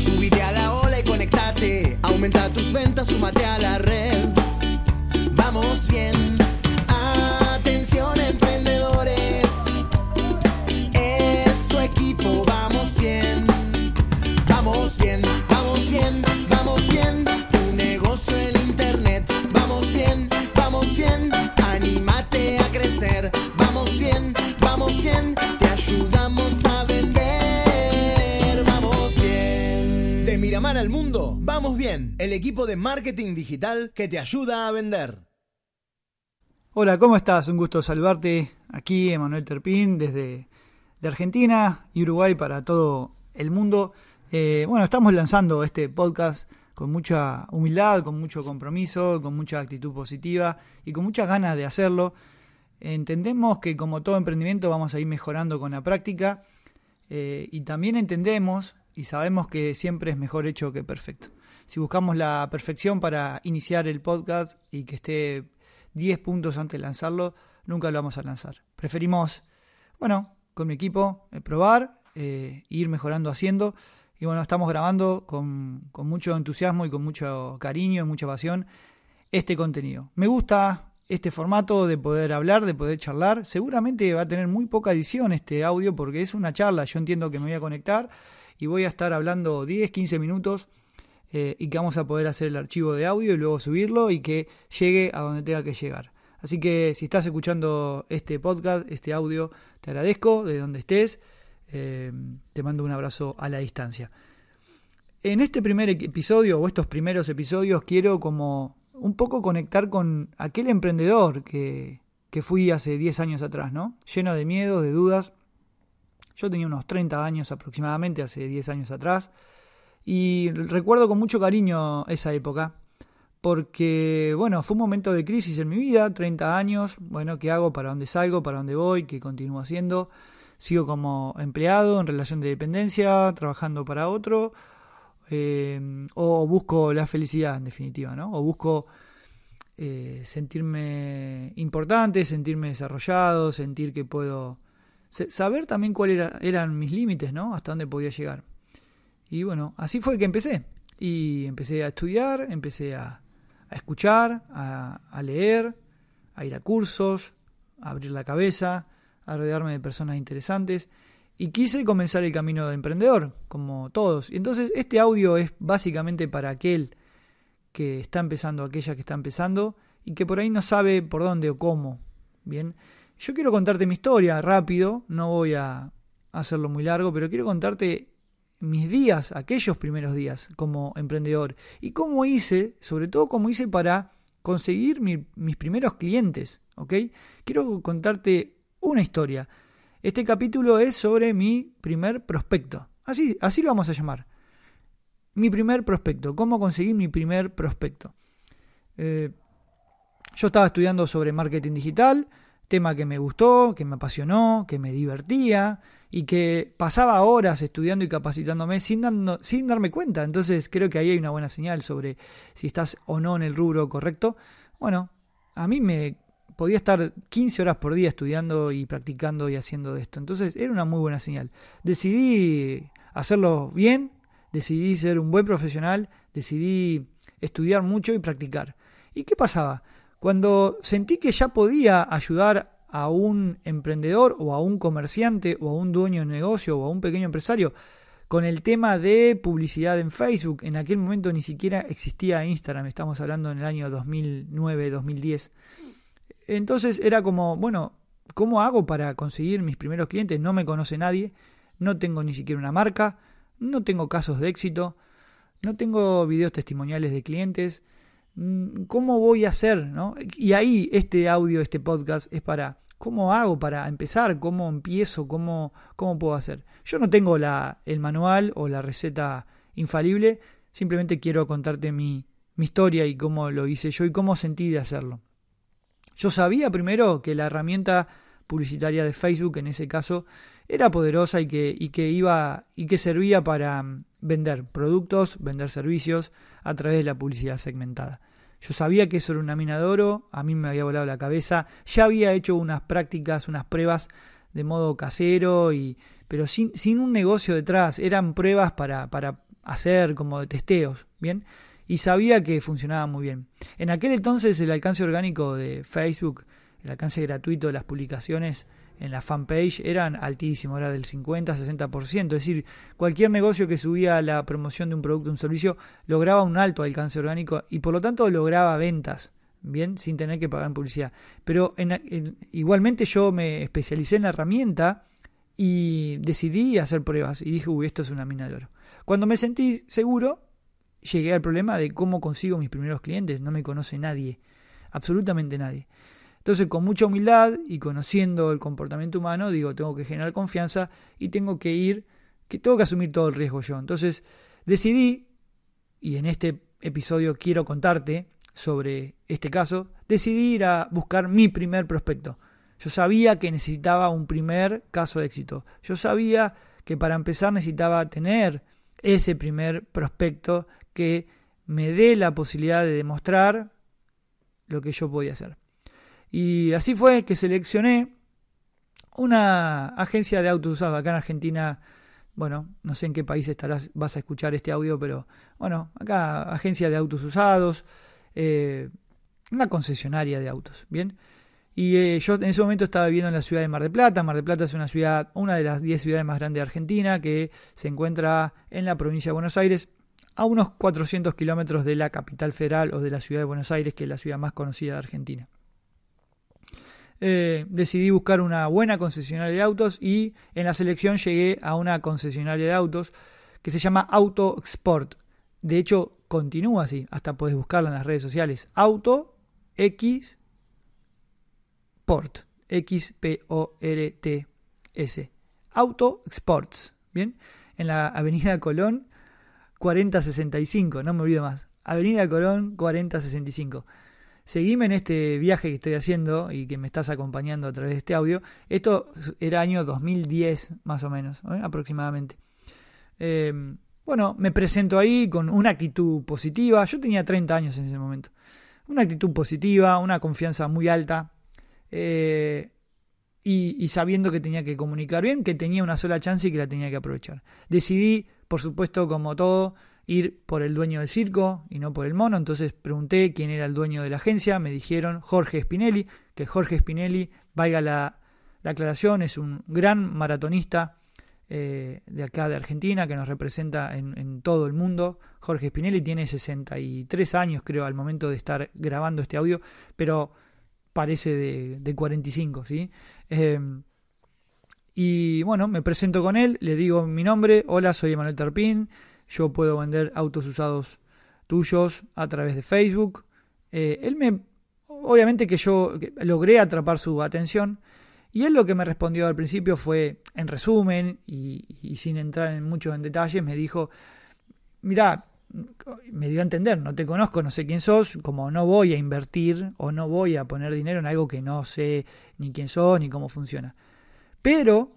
Subite a la ola y conectate, aumenta tus ventas, súmate a la red. Vamos bien, atención emprendedores, es tu equipo, vamos bien, vamos bien, vamos bien, vamos bien. Tu negocio en internet, vamos bien, anímate a crecer, vamos bien, te ayudamos a vender, vamos bien. De Miramar al mundo, vamos bien, el equipo de marketing digital que te ayuda a vender. Hola, ¿cómo estás? Un gusto saludarte aquí, Emanuel Terpín, desde de Argentina y Uruguay para todo el mundo. Estamos lanzando este podcast con mucha humildad, con mucho compromiso, con mucha actitud positiva y con muchas ganas de hacerlo. Entendemos que como todo emprendimiento vamos a ir mejorando con la práctica y también entendemos y sabemos que siempre es mejor hecho que perfecto. Si buscamos la perfección para iniciar el podcast y que esté 10 puntos antes de lanzarlo, nunca lo vamos a lanzar. Preferimos, con mi equipo, probar, ir mejorando haciendo. Y estamos grabando con mucho entusiasmo y con mucho cariño y mucha pasión este contenido. Me gusta este formato de poder hablar, de poder charlar. Seguramente va a tener muy poca edición este audio porque es una charla. Yo entiendo que me voy a conectar y voy a estar hablando 10, 15 minutos y que vamos a poder hacer el archivo de audio y luego subirlo y que llegue a donde tenga que llegar. Así que si estás escuchando este podcast, este audio, te agradezco de donde estés. Te mando un abrazo a la distancia. En este primer episodio o estos primeros episodios quiero como un poco conectar con aquel emprendedor que fui hace 10 años atrás, ¿no? Lleno de miedos, de dudas. Yo tenía unos 30 años aproximadamente, hace 10 años atrás, y recuerdo con mucho cariño esa época, porque, fue un momento de crisis en mi vida, 30 años, ¿qué hago? ¿Para dónde salgo? ¿Para dónde voy? ¿Qué continúo haciendo? Sigo como empleado en relación de dependencia, trabajando para otro, o busco la felicidad en definitiva, ¿no? O busco sentirme importante, sentirme desarrollado, sentir que puedo saber también cuáles eran mis límites, ¿no? Hasta dónde podía llegar. Y así fue que empecé. Y empecé a estudiar, empecé a escuchar, a leer, a ir a cursos, a abrir la cabeza, a rodearme de personas interesantes y quise comenzar el camino de emprendedor, como todos. Y entonces este audio es básicamente para aquel que está empezando, aquella que está empezando y que por ahí no sabe por dónde o cómo. Bien, yo quiero contarte mi historia rápido, no voy a hacerlo muy largo, pero quiero contarte mis días, aquellos primeros días como emprendedor y cómo hice, sobre todo cómo hice para conseguir mis primeros clientes, ¿ok? Quiero contarte una historia. Este capítulo es sobre mi primer prospecto. Así lo vamos a llamar. Mi primer prospecto. ¿Cómo conseguir mi primer prospecto? Yo estaba estudiando sobre marketing digital, tema que me gustó, que me apasionó, que me divertía y que pasaba horas estudiando y capacitándome sin darme cuenta. Entonces creo que ahí hay una buena señal sobre si estás o no en el rubro correcto. A mí me podía estar 15 horas por día estudiando y practicando y haciendo de esto. Entonces era una muy buena señal. Decidí hacerlo bien, decidí ser un buen profesional, decidí estudiar mucho y practicar. ¿Y qué pasaba? Cuando sentí que ya podía ayudar a un emprendedor o a un comerciante o a un dueño de negocio o a un pequeño empresario con el tema de publicidad en Facebook, en aquel momento ni siquiera existía Instagram, estamos hablando en el año 2009, 2010. Entonces era como, ¿cómo hago para conseguir mis primeros clientes? No me conoce nadie, no tengo ni siquiera una marca, no tengo casos de éxito, no tengo videos testimoniales de clientes. ¿Cómo voy a hacer, no? Y ahí este audio, este podcast es para ¿cómo hago para empezar? ¿Cómo empiezo? ¿Cómo puedo hacer? Yo no tengo el manual o la receta infalible, simplemente quiero contarte mi historia y cómo lo hice yo y cómo sentí de hacerlo. Yo sabía primero que la herramienta publicitaria de Facebook en ese caso era poderosa y que servía para vender productos, vender servicios a través de la publicidad segmentada. Yo sabía que eso era una mina de oro, a mí me había volado la cabeza, ya había hecho unas prácticas, unas pruebas de modo casero, pero sin un negocio detrás, eran pruebas para hacer como de testeos, ¿bien? Y sabía que funcionaba muy bien. En aquel entonces el alcance orgánico de Facebook, el alcance gratuito de las publicaciones en la fanpage eran altísimos, era del 50-60%, es decir, cualquier negocio que subía la promoción de un producto o un servicio lograba un alto alcance orgánico y por lo tanto lograba ventas, bien, sin tener que pagar en publicidad. Pero igualmente yo me especialicé en la herramienta y decidí hacer pruebas y dije, esto es una mina de oro. Cuando me sentí seguro, llegué al problema de cómo consigo mis primeros clientes. No me conoce nadie, absolutamente nadie. Entonces, con mucha humildad y conociendo el comportamiento humano, digo, tengo que generar confianza y tengo que asumir todo el riesgo yo. Entonces, decidí, y en este episodio quiero contarte sobre este caso, decidí ir a buscar mi primer prospecto. Yo sabía que necesitaba un primer caso de éxito. Yo sabía que para empezar necesitaba tener ese primer prospecto que me dé la posibilidad de demostrar lo que yo podía hacer. Y así fue que seleccioné una agencia de autos usados acá en Argentina. Bueno, no sé en qué país vas a escuchar este audio, pero bueno, acá agencia de autos usados, una concesionaria de autos, ¿bien? Y yo en ese momento estaba viviendo en la ciudad de Mar del Plata. Mar del Plata es una de las 10 ciudades más grandes de Argentina, que se encuentra en la provincia de Buenos Aires, a unos 400 kilómetros de la capital federal o de la ciudad de Buenos Aires, que es la ciudad más conocida de Argentina. Decidí buscar una buena concesionaria de autos y en la selección llegué a una concesionaria de autos que se llama Auto Export. De hecho, continúa así, hasta podés buscarla en las redes sociales. Auto X Port, X-P-O-R-T-S. Auto Exports, ¿bien? En la Avenida Colón 4065, no me olvido más. Avenida Colón 4065. Seguime en este viaje que estoy haciendo y que me estás acompañando a través de este audio. Esto era año 2010 más o menos, aproximadamente. Bueno, me presento ahí con una actitud positiva. Yo tenía 30 años en ese momento. Una actitud positiva, una confianza muy alta. Y sabiendo que tenía que comunicar bien, que tenía una sola chance y que la tenía que aprovechar. Decidí, por supuesto, como todo, ir por el dueño del circo y no por el mono. Entonces pregunté quién era el dueño de la agencia. Me dijeron Jorge Spinelli, que Jorge Spinelli, valga la aclaración, es un gran maratonista de acá de Argentina que nos representa en todo el mundo. Jorge Spinelli tiene 63 años, creo, al momento de estar grabando este audio, pero parece de 45, ¿sí? Y bueno, me presento con él, le digo mi nombre: hola, soy Emanuel Terpin, yo puedo vender autos usados tuyos a través de Facebook. Obviamente que yo logré atrapar su atención, y él lo que me respondió al principio fue, en resumen, y sin entrar en muchos detalles, me dijo: mirá, me dio a entender, no te conozco, no sé quién sos, como no voy a invertir o no voy a poner dinero en algo que no sé ni quién sos ni cómo funciona. Pero,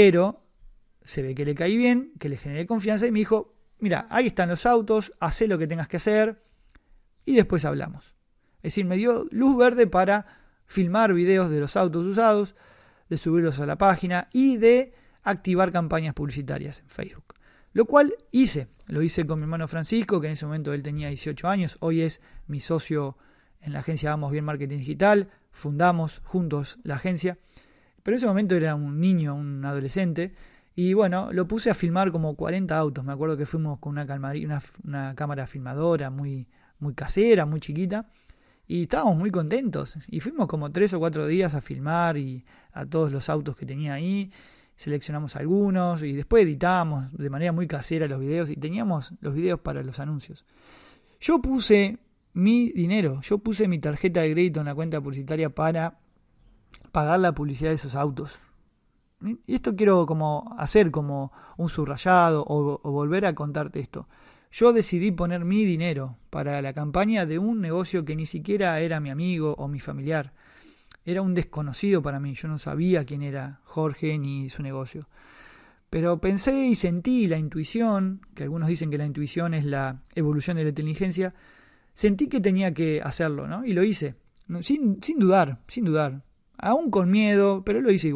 se ve que le caí bien, que le generé confianza y me dijo: mira, ahí están los autos, hacé lo que tengas que hacer y después hablamos. Es decir, me dio luz verde para filmar videos de los autos usados, de subirlos a la página y de activar campañas publicitarias en Facebook. Lo cual lo hice con mi hermano Francisco, que en ese momento él tenía 18 años, hoy es mi socio en la agencia Vamos Bien Marketing Digital, fundamos juntos la agencia, pero en ese momento era un niño, un adolescente, y bueno, lo puse a filmar como 40 autos. Me acuerdo que fuimos con una cámara filmadora muy, muy casera, muy chiquita, y estábamos muy contentos, y fuimos como 3 o 4 días a filmar y a todos los autos que tenía ahí. Seleccionamos algunos y después editamos de manera muy casera los videos y teníamos los videos para los anuncios. Yo puse mi dinero, yo puse mi tarjeta de crédito en la cuenta publicitaria para pagar la publicidad de esos autos. Y esto quiero como hacer como un subrayado o volver a contarte esto. Yo decidí poner mi dinero para la campaña de un negocio que ni siquiera era mi amigo o mi familiar. Era un desconocido para mí, yo no sabía quién era Jorge ni su negocio. Pero pensé y sentí la intuición, que algunos dicen que la intuición es la evolución de la inteligencia, sentí que tenía que hacerlo, ¿no? Y lo hice, sin dudar, aún con miedo, pero lo hice igual.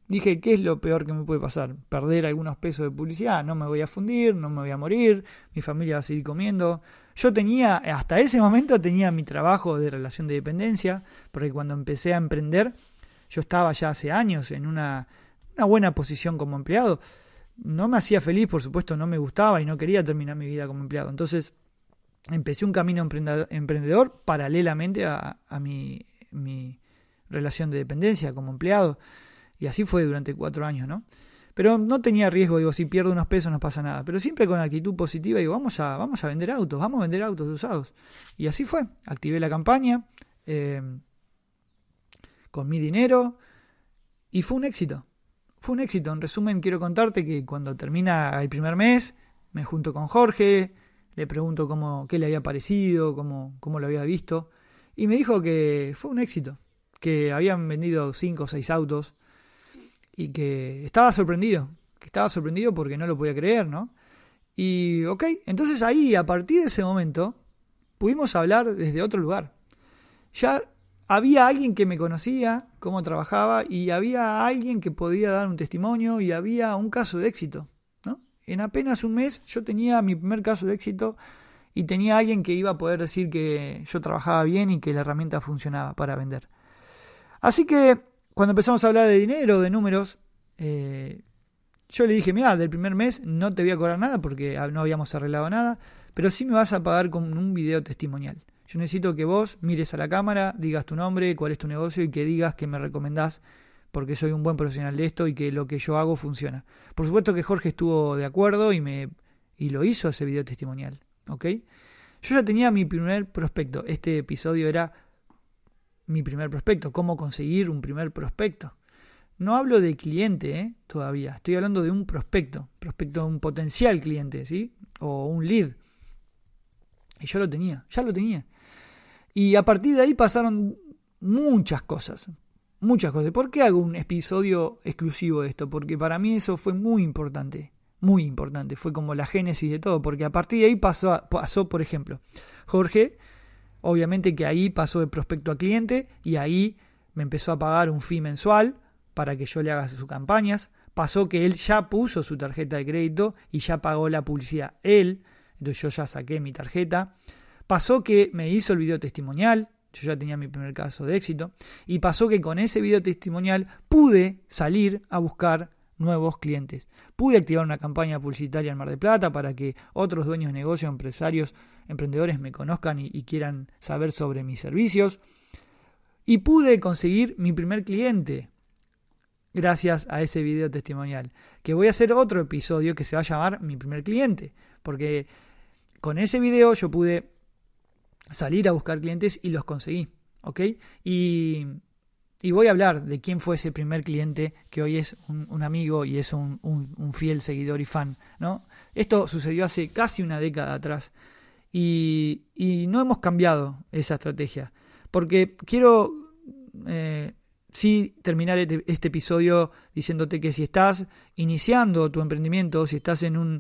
Dije, ¿qué es lo peor que me puede pasar? Perder algunos pesos de publicidad, no me voy a fundir, no me voy a morir, mi familia va a seguir comiendo. Yo hasta ese momento tenía mi trabajo de relación de dependencia, porque cuando empecé a emprender, yo estaba ya hace años en una buena posición como empleado. No me hacía feliz, por supuesto, no me gustaba y no quería terminar mi vida como empleado. Entonces, empecé un camino emprendedor paralelamente a mi relación de dependencia como empleado. Y así fue durante 4 años, ¿no? Pero no tenía riesgo, digo, si pierdo unos pesos no pasa nada. Pero siempre con actitud positiva, digo, vamos a vender autos, vamos a vender autos usados. Y así fue. Activé la campaña con mi dinero y fue un éxito. Fue un éxito. En resumen, quiero contarte que cuando termina el primer mes, me junto con Jorge, le pregunto qué le había parecido, cómo lo había visto. Y me dijo que fue un éxito, que habían vendido 5 o 6 autos. Y que estaba sorprendido porque no lo podía creer, ¿no? Y ok, entonces ahí, a partir de ese momento, pudimos hablar desde otro lugar. Ya había alguien que me conocía, cómo trabajaba, y había alguien que podía dar un testimonio, y había un caso de éxito, ¿no? En apenas un mes yo tenía mi primer caso de éxito, y tenía alguien que iba a poder decir que yo trabajaba bien y que la herramienta funcionaba para vender. Así que cuando empezamos a hablar de dinero, de números, yo le dije, mira, del primer mes no te voy a cobrar nada porque no habíamos arreglado nada, pero sí me vas a pagar con un video testimonial. Yo necesito que vos mires a la cámara, digas tu nombre, cuál es tu negocio y que digas que me recomendás porque soy un buen profesional de esto y que lo que yo hago funciona. Por supuesto que Jorge estuvo de acuerdo y lo hizo ese video testimonial, ¿ok? Yo ya tenía mi primer prospecto. Este episodio era mi primer prospecto, cómo conseguir un primer prospecto. No hablo de cliente todavía, estoy hablando de un prospecto, un potencial cliente, ¿sí? O un lead. Y yo ya lo tenía. Y a partir de ahí pasaron muchas cosas. ¿Por qué hago un episodio exclusivo de esto? Porque para mí eso fue muy importante, fue como la génesis de todo, porque a partir de ahí pasó por ejemplo, Jorge. Obviamente que ahí pasó de prospecto a cliente y ahí me empezó a pagar un fee mensual para que yo le haga sus campañas. Pasó que él ya puso su tarjeta de crédito y ya pagó la publicidad él. Entonces yo ya saqué mi tarjeta. Pasó que me hizo el video testimonial. Yo ya tenía mi primer caso de éxito. Y pasó que con ese video testimonial pude salir a buscar nuevos clientes. Pude activar una campaña publicitaria en Mar del Plata para que otros dueños de negocio, empresarios, emprendedores me conozcan y quieran saber sobre mis servicios. Y pude conseguir mi primer cliente gracias a ese video testimonial. Que voy a hacer otro episodio que se va a llamar Mi primer cliente. Porque con ese video yo pude salir a buscar clientes y los conseguí. ¿Ok? Y voy a hablar de quién fue ese primer cliente que hoy es un amigo y es un fiel seguidor y fan, ¿no? Esto sucedió hace casi una década atrás y no hemos cambiado esa estrategia. Porque quiero sí terminar este episodio diciéndote que si estás iniciando tu emprendimiento, si estás en un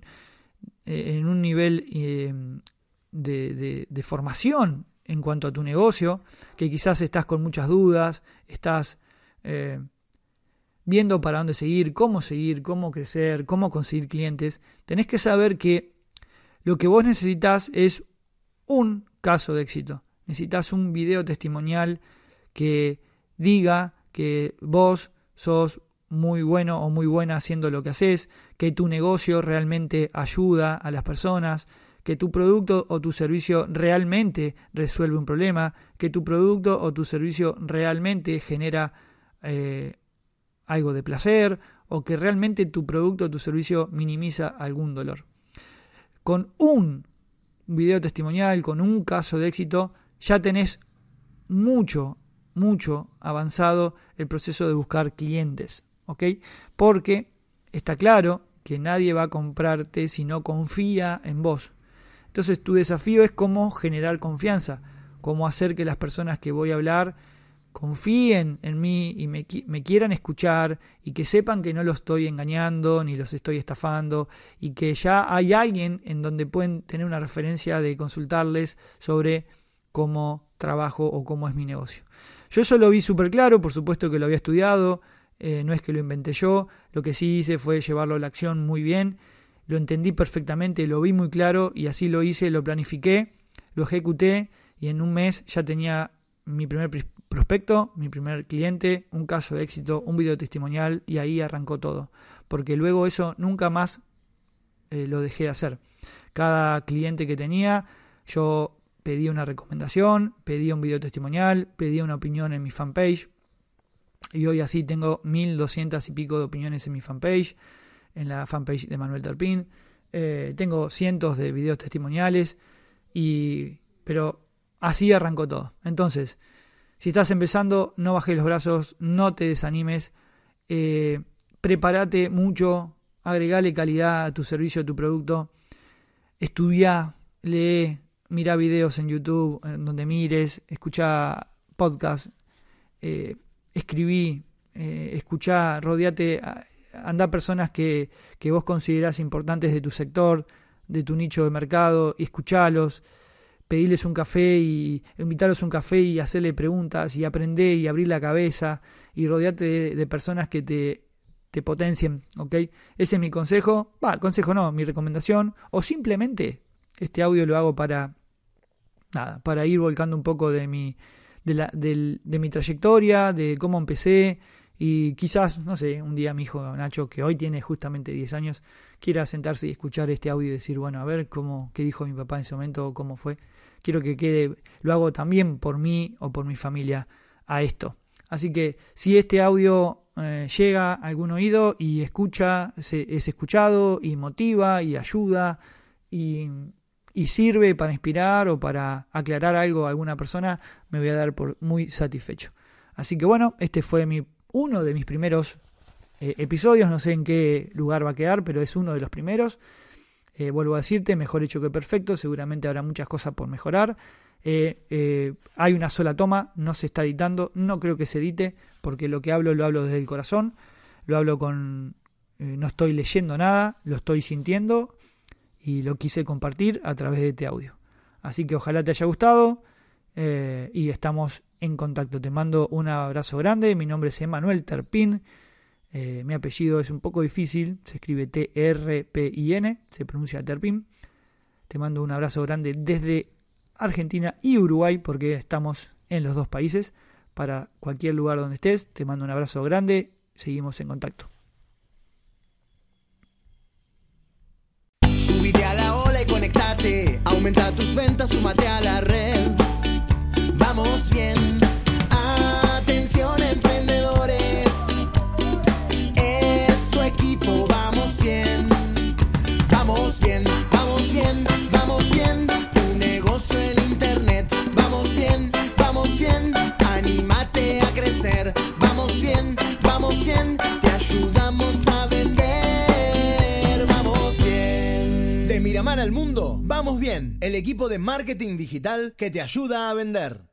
nivel de formación en cuanto a tu negocio, que quizás estás con muchas dudas, estás viendo para dónde seguir, cómo crecer, cómo conseguir clientes, tenés que saber que lo que vos necesitas es un caso de éxito. Necesitas un video testimonial que diga que vos sos muy bueno o muy buena haciendo lo que haces, que tu negocio realmente ayuda a las personas, que tu producto o tu servicio realmente resuelve un problema, que tu producto o tu servicio realmente genera algo de placer, o que realmente tu producto o tu servicio minimiza algún dolor. Con un video testimonial, con un caso de éxito, ya tenés mucho avanzado el proceso de buscar clientes, ¿ok? Porque está claro que nadie va a comprarte si no confía en vos. Entonces tu desafío es cómo generar confianza, cómo hacer que las personas que voy a hablar confíen en mí y me quieran escuchar y que sepan que no los estoy engañando ni los estoy estafando y que ya hay alguien en donde pueden tener una referencia de consultarles sobre cómo trabajo o cómo es mi negocio. Yo eso lo vi súper claro, por supuesto que lo había estudiado, no es que lo inventé yo, lo que sí hice fue llevarlo a la acción muy bien, lo entendí perfectamente, lo vi muy claro y así lo hice, lo planifiqué, lo ejecuté y en un mes ya tenía mi primer prospecto, mi primer cliente, un caso de éxito, un video testimonial y ahí arrancó todo, porque luego eso nunca más lo dejé de hacer. Cada cliente que tenía, yo pedía una recomendación, pedía un video testimonial, pedía una opinión en mi fanpage y hoy así tengo 1200 y pico de opiniones en mi fanpage, en la fanpage de Manuel Terpin. Tengo cientos de videos testimoniales, pero así arrancó todo. Entonces, si estás empezando, no bajes los brazos, no te desanimes, prepárate mucho, agregale calidad a tu servicio, a tu producto, estudia, lee, mira videos en YouTube donde mires, escucha podcasts, escribí, escuchá, rodeate, anda personas que vos considerás importantes de tu sector, de tu nicho de mercado, y escuchalos, pedirles un café y invitarlos a un café y hacerle preguntas y aprender y abrir la cabeza y rodeate de personas que te potencien, ¿ok? Ese es mi consejo, consejo no, mi recomendación, o simplemente este audio lo hago para ir volcando un poco de mi trayectoria, de cómo empecé, y quizás, no sé, un día mi hijo Nacho, que hoy tiene justamente 10 años, quiera sentarse y escuchar este audio y decir, bueno, a ver qué dijo mi papá en ese momento, cómo fue. Quiero que quede, lo hago también por mí o por mi familia a esto. Así que si este audio llega a algún oído y es escuchado y motiva y ayuda y sirve para inspirar o para aclarar algo a alguna persona, me voy a dar por muy satisfecho. Así que bueno, este fue uno de mis primeros episodios, no sé en qué lugar va a quedar, pero es uno de los primeros. Vuelvo a decirte, mejor hecho que perfecto, seguramente habrá muchas cosas por mejorar. Hay una sola toma, no se está editando, no creo que se edite, porque lo que hablo lo hablo desde el corazón, lo hablo no estoy leyendo nada, lo estoy sintiendo y lo quise compartir a través de este audio. Así que ojalá te haya gustado y estamos en contacto. Te mando un abrazo grande, mi nombre es Manuel Terpin. Mi apellido es un poco difícil, se escribe T-R-P-I-N, se pronuncia Terpin. Te mando un abrazo grande desde Argentina y Uruguay, porque estamos en los dos países. Para cualquier lugar donde estés, te mando un abrazo grande, seguimos en contacto. Subite a la ola y conectate, aumenta tus ventas, súmate a la red. Vamos bien, atención emprendedores. Equipo, vamos bien, vamos bien, vamos bien, vamos bien, tu negocio en internet, vamos bien, anímate a crecer, vamos bien, te ayudamos a vender, vamos bien. De Miramar al mundo, vamos bien, el equipo de marketing digital que te ayuda a vender.